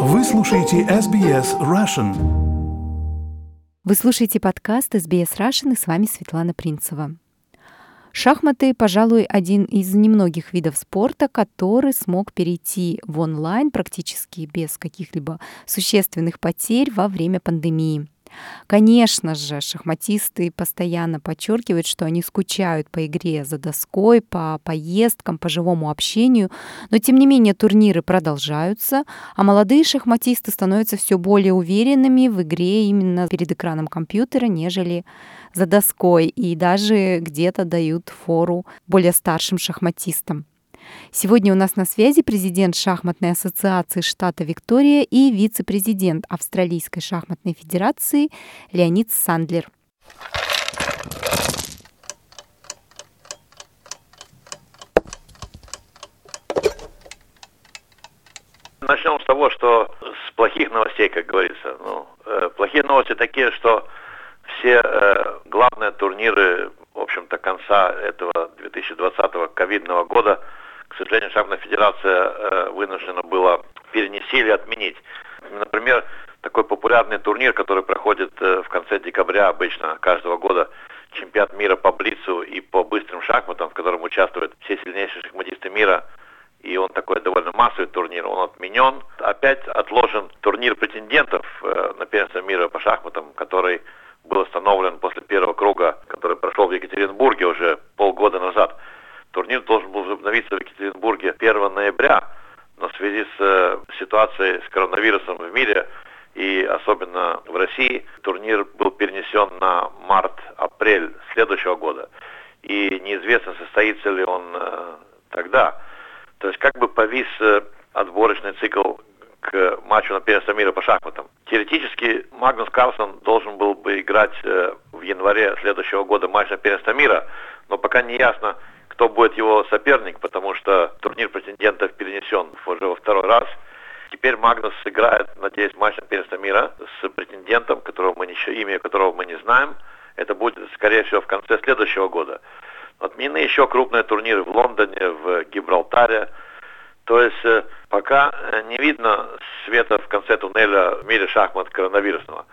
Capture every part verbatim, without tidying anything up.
Вы слушаете эс би эс Russian. Вы слушаете подкаст эс би эс Russian, и с вами Светлана Принцева. Шахматы, пожалуй, один из немногих видов спорта, который смог перейти в онлайн практически без каких-либо существенных потерь во время пандемии. Конечно же, шахматисты постоянно подчеркивают, что они скучают по игре за доской, по поездкам, по живому общению, но тем не менее турниры продолжаются, а молодые шахматисты становятся все более уверенными в игре именно перед экраном компьютера, нежели за доской, и даже где-то дают фору более старшим шахматистам. Сегодня у нас на связи президент Шахматной ассоциации штата Виктория и вице-президент Австралийской шахматной федерации Леонид Сандлер. Начнем с того, что с плохих новостей, как говорится. Ну, э, плохие новости такие, что все э, главные турниры, в общем-то, конца этого две тысячи двадцатого ковидного года, к сожалению, шахматная федерация э, вынуждена была перенести или отменить. Например, такой популярный турнир, который проходит э, в конце декабря обычно каждого года, чемпионат мира по блицу и по быстрым шахматам, в котором участвуют все сильнейшие шахматисты мира, и он такой довольно массовый турнир, он отменен. Опять отложен турнир претендентов э, на первенство мира по шахматам, который был установлен после первого круга, который прошел в Екатеринбурге уже полгода назад. Турнир должен был возобновиться в Екатеринбурге первого ноября, но в связи с э, ситуацией с коронавирусом в мире и особенно в России, турнир был перенесен на март-апрель следующего года. И неизвестно, состоится ли он э, тогда. То есть как бы повис э, отборочный цикл к матчу на первенство мира по шахматам. Теоретически Магнус Карлсон должен был бы играть э, в январе следующего года матч на первенство мира, но пока не ясно, кто будет его соперник, потому что турнир претендентов перенесен уже во второй раз. Теперь Магнус сыграет, надеюсь, матч на первенство мира с претендентом, которого мы еще, имя которого мы не знаем. Это будет, скорее всего, в конце следующего года. Отменены еще крупные турниры в Лондоне, в Гибралтаре. То есть пока не видно света в конце туннеля в мире шахмат коронавирусного.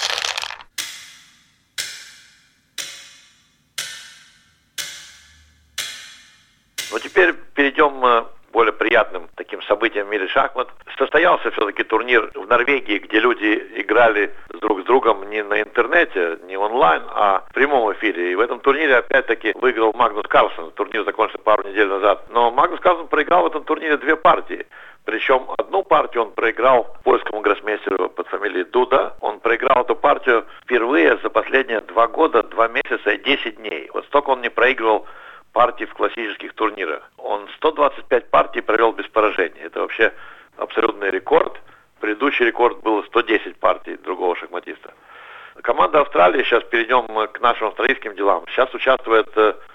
Но теперь перейдем к более приятным таким событиям в мире шахмат. Состоялся все-таки турнир в Норвегии, где люди играли друг с другом не на интернете, не онлайн, а в прямом эфире. И в этом турнире опять-таки выиграл Магнус Карлсон. Турнир закончился пару недель назад. Но Магнус Карлсон проиграл в этом турнире две партии. Причем одну партию он проиграл польскому гроссмейстеру под фамилией Дуда. Он проиграл эту партию впервые за последние два года, два месяца и десять дней. Вот столько он не проигрывал партий в классических турнирах. Он сто двадцать пять партий провел без поражения. Это вообще абсолютный рекорд. Предыдущий рекорд был сто десять партий другого шахматиста. Команда Австралии, сейчас перейдем к нашим австралийским делам, сейчас участвует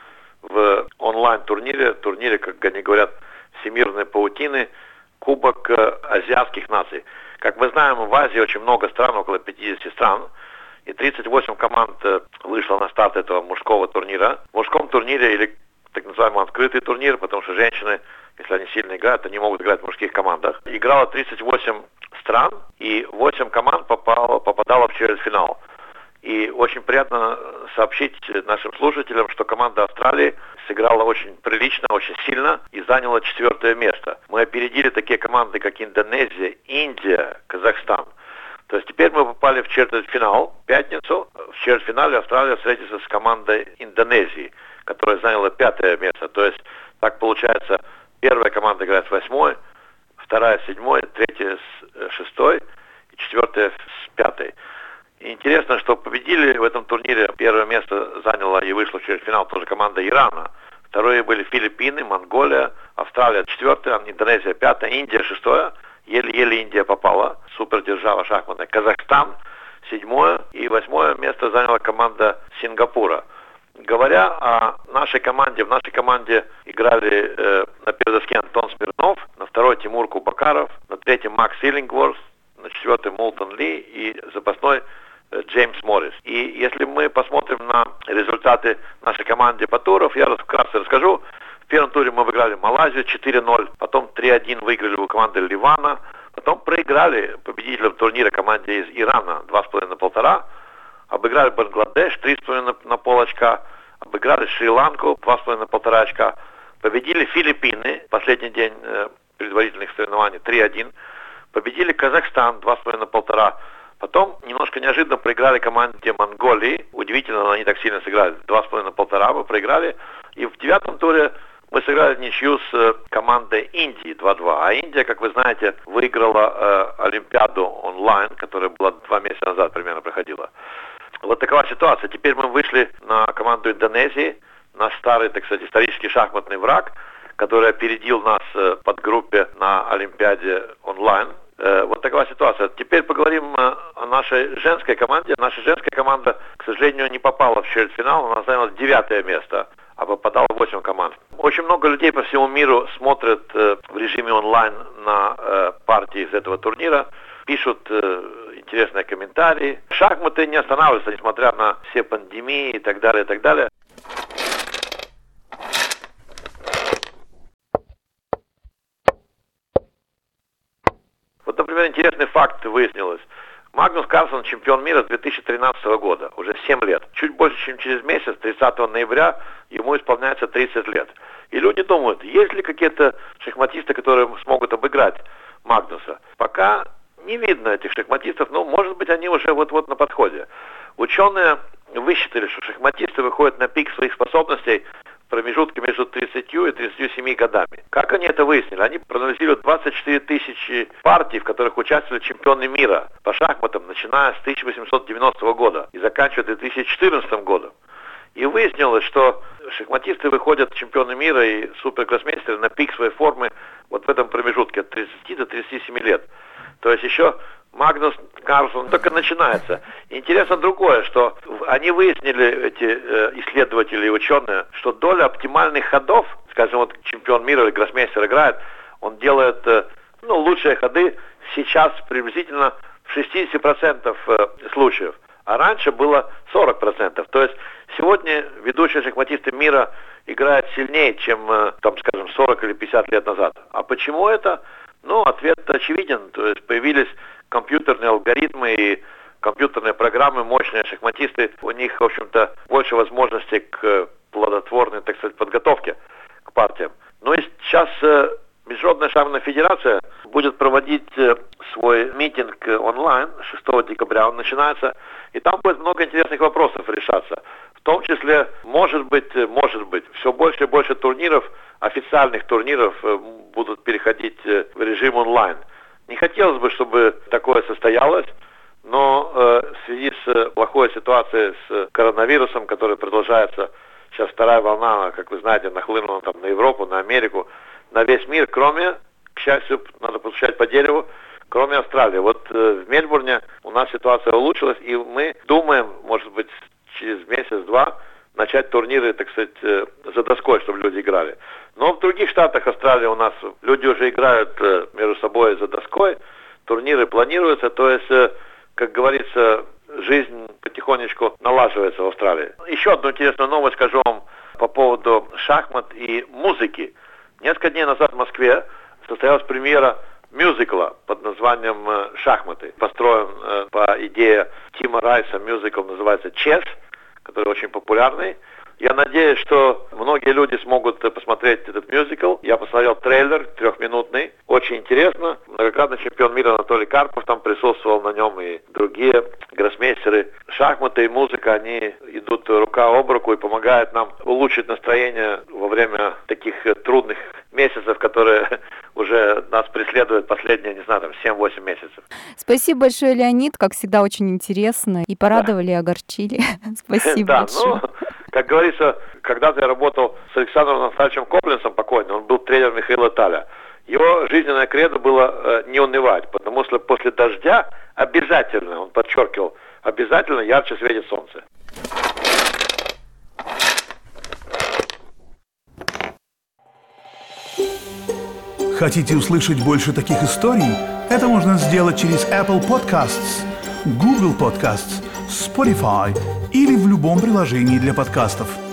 в онлайн-турнире, турнире, как они говорят, всемирной паутины, Кубок азиатских наций. Как мы знаем, в Азии очень много стран, около пятьдесят стран, и тридцать восемь команд вышло на старт этого мужского турнира. В мужском турнире, или так называемый открытый турнир, потому что женщины, если они сильно играют, они могут играть в мужских командах. Играло тридцать восемь стран, и восемь команд попало, попадало в четвертьфинал. И очень приятно сообщить нашим слушателям, что команда Австралии сыграла очень прилично, очень сильно и заняла четвертое место. Мы опередили такие команды, как Индонезия, Индия, Казахстан. То есть теперь мы попали в четвертьфинал в пятницу. В четвертьфинале Австралия встретится с командой Индонезии, которая заняла пятое место. То есть так получается, первая команда играет с восьмой, вторая с седьмой, третья с шестой и четвертая с пятой. И интересно, что победили в этом турнире. Первое место заняла и вышла в четвертьфинал тоже команда Ирана. Второе были Филиппины, Монголия, Австралия четвертая, Индонезия пятая, Индия шестая. Еле-еле Индия попала, супердержава шахматная. Казахстан седьмое и восьмое место заняла команда Сингапура. Говоря о нашей команде, в нашей команде играли э, на первой доске Антон Смирнов, на второй Тимур Кубакаров, на третьем Макс Иллингворс, на четвертом Мултон Ли и запасной э, Джеймс Моррис. И если мы посмотрим на результаты нашей команды по туров, я вкратце расскажу. В первом туре мы выиграли Малайзию четыре ноль, потом три один выиграли у команды Ливана, Потом проиграли победителям турнира команде из Ирана два с половиной на полтора, обыграли Бангладеш три с половиной на пол очка, обыграли Шри-Ланку два с половиной на полтора очка, победили Филиппины, последний день э, предварительных соревнований три один, победили Казахстан два с половиной на полтора, потом немножко неожиданно проиграли команде Монголии, удивительно, но они так сильно сыграли, два с половиной на полтора мы проиграли, и в девятом туре мы сыграли в ничью с командой Индии два-два. А Индия, как вы знаете, выиграла э, Олимпиаду онлайн, которая была два месяца назад примерно проходила. Вот такова ситуация. Теперь мы вышли на команду Индонезии, наш старый, так сказать, исторический шахматный враг, который опередил нас э, под группе на Олимпиаде онлайн. Э, вот такова ситуация. Теперь поговорим э, о нашей женской команде. Наша женская команда, к сожалению, не попала в четвертьфинал. Она заняла девятое место, а попадало восемь команд. Очень много людей по всему миру смотрят э, в режиме онлайн на э, партии из этого турнира, пишут э, интересные комментарии. Шахматы не останавливаются, несмотря на все пандемии и так далее, и так далее. Вот, например, интересный факт выяснилось. Магнус Карлсон чемпион мира две тысячи тринадцатого года, уже семь лет. Чуть больше, чем через месяц, тридцатого ноября, ему исполняется тридцать лет. И люди думают, есть ли какие-то шахматисты, которые смогут обыграть Магнуса. Пока не видно этих шахматистов, но, может быть, они уже вот-вот на подходе. Ученые высчитали, что шахматисты выходят на пик своих способностей в промежутке между тридцатью и тридцатью семью годами. Как они это выяснили? Они проанализируют двадцать четыре тысячи партий, в которых участвовали чемпионы мира по шахматам, начиная с тысяча восемьсот девяностого года и заканчивая две тысячи четырнадцатым годом. И выяснилось, что шахматисты выходят чемпионы мира и супергроссмейстеры на пик своей формы вот в этом промежутке от тридцати до тридцати семи лет. То есть еще Магнус Карлсон только начинается. Интересно другое, что они выяснили, эти э, исследователи и ученые, что доля оптимальных ходов, скажем, вот чемпион мира или гроссмейстер играет, он делает э, ну, лучшие ходы сейчас приблизительно в шестьдесят процентов э, случаев, а раньше было сорок процентов. То есть сегодня ведущие шахматисты мира играют сильнее, чем, э, там, скажем, сорок или пятьдесят лет назад. А почему это? Ну, ответ очевиден. То есть появились компьютерные алгоритмы и компьютерные программы, мощные шахматисты. У них, в общем-то, больше возможностей к плодотворной, так сказать, подготовке к партиям. Ну и сейчас э, Международная шахматная федерация будет проводить э, свой митинг онлайн шестого декабря. Он начинается, и там будет много интересных вопросов решаться. В том числе, может быть, может быть, все больше и больше турниров, официальных турниров э, будут переходить э, в режим онлайн. Не хотелось бы, чтобы такое состоялось, но э, в связи с плохой ситуацией с коронавирусом, который продолжается, сейчас вторая волна, как вы знаете, нахлынула там на Европу, на Америку, на весь мир, кроме, к счастью, надо постучать по дереву, кроме Австралии. Вот э, в Мельбурне у нас ситуация улучшилась, и мы думаем, может быть, через месяц-два начать турниры, так сказать, э, за доской, чтобы люди играли. Но в других штатах Австралии у нас люди уже играют э, между собой за доской, турниры планируются, то есть, э, как говорится, жизнь потихонечку налаживается в Австралии. Еще одну интересную новость скажу вам по поводу шахмат и музыки. Несколько дней назад в Москве состоялась премьера мюзикла под названием «Шахматы». Построен э, по идее Тима Райса, мюзикл называется «Чес», который очень популярный. Я надеюсь, что многие люди смогут посмотреть этот мюзикл. Я посмотрел трейлер трехминутный. Очень интересно. Многократный чемпион мира Анатолий Карпов там присутствовал на нем, и другие гроссмейстеры. Шахматы и музыка, они идут рука об руку и помогают нам улучшить настроение во время таких трудных месяцев, которые уже нас преследуют последние, не знаю, там семь-восемь месяцев. Спасибо большое, Леонид. Как всегда, очень интересно. И порадовали, и огорчили. Спасибо большое. Как говорится, когда-то я работал с Александром Анатольевичем Коблинцем, покойным, он был тренер Михаила Таля. Его жизненное кредо было э, не унывать, потому что после дождя обязательно, он подчеркивал, обязательно ярче светит солнце. Хотите услышать больше таких историй? Это можно сделать через Apple Podcasts, Google Podcasts, Spotify или в любом приложении для подкастов.